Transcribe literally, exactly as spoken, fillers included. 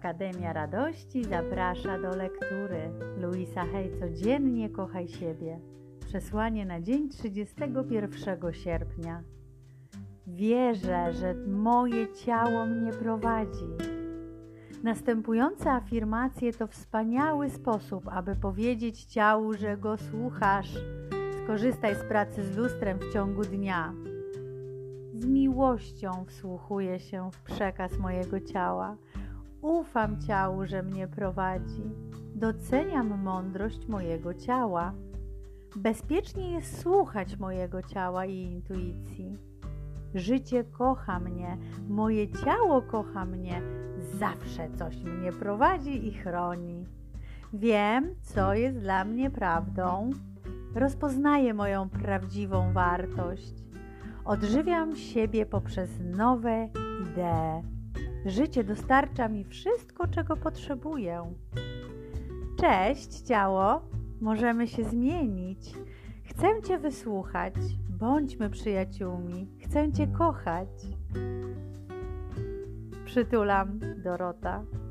Akademia Radości zaprasza do lektury. Louisa Hay, codziennie kochaj siebie. Przesłanie na dzień trzydziestego pierwszego sierpnia. Wierzę, że moje ciało mnie prowadzi. Następujące afirmacje to wspaniały sposób, aby powiedzieć ciału, że go słuchasz. Skorzystaj z pracy z lustrem w ciągu dnia. Z miłością wsłuchuję się w przekaz mojego ciała. Ufam ciału, że mnie prowadzi. Doceniam mądrość mojego ciała. Bezpiecznie jest słuchać mojego ciała i intuicji. Życie kocha mnie, moje ciało kocha mnie, zawsze coś mnie prowadzi i chroni. Wiem, co jest dla mnie prawdą. Rozpoznaję moją prawdziwą wartość. Odżywiam siebie poprzez nowe idee. Życie dostarcza mi wszystko, czego potrzebuję. Cześć, ciało! Możemy się zmienić. Chcę Cię wysłuchać. Bądźmy przyjaciółmi. Chcę Cię kochać. Przytulam, Dorota.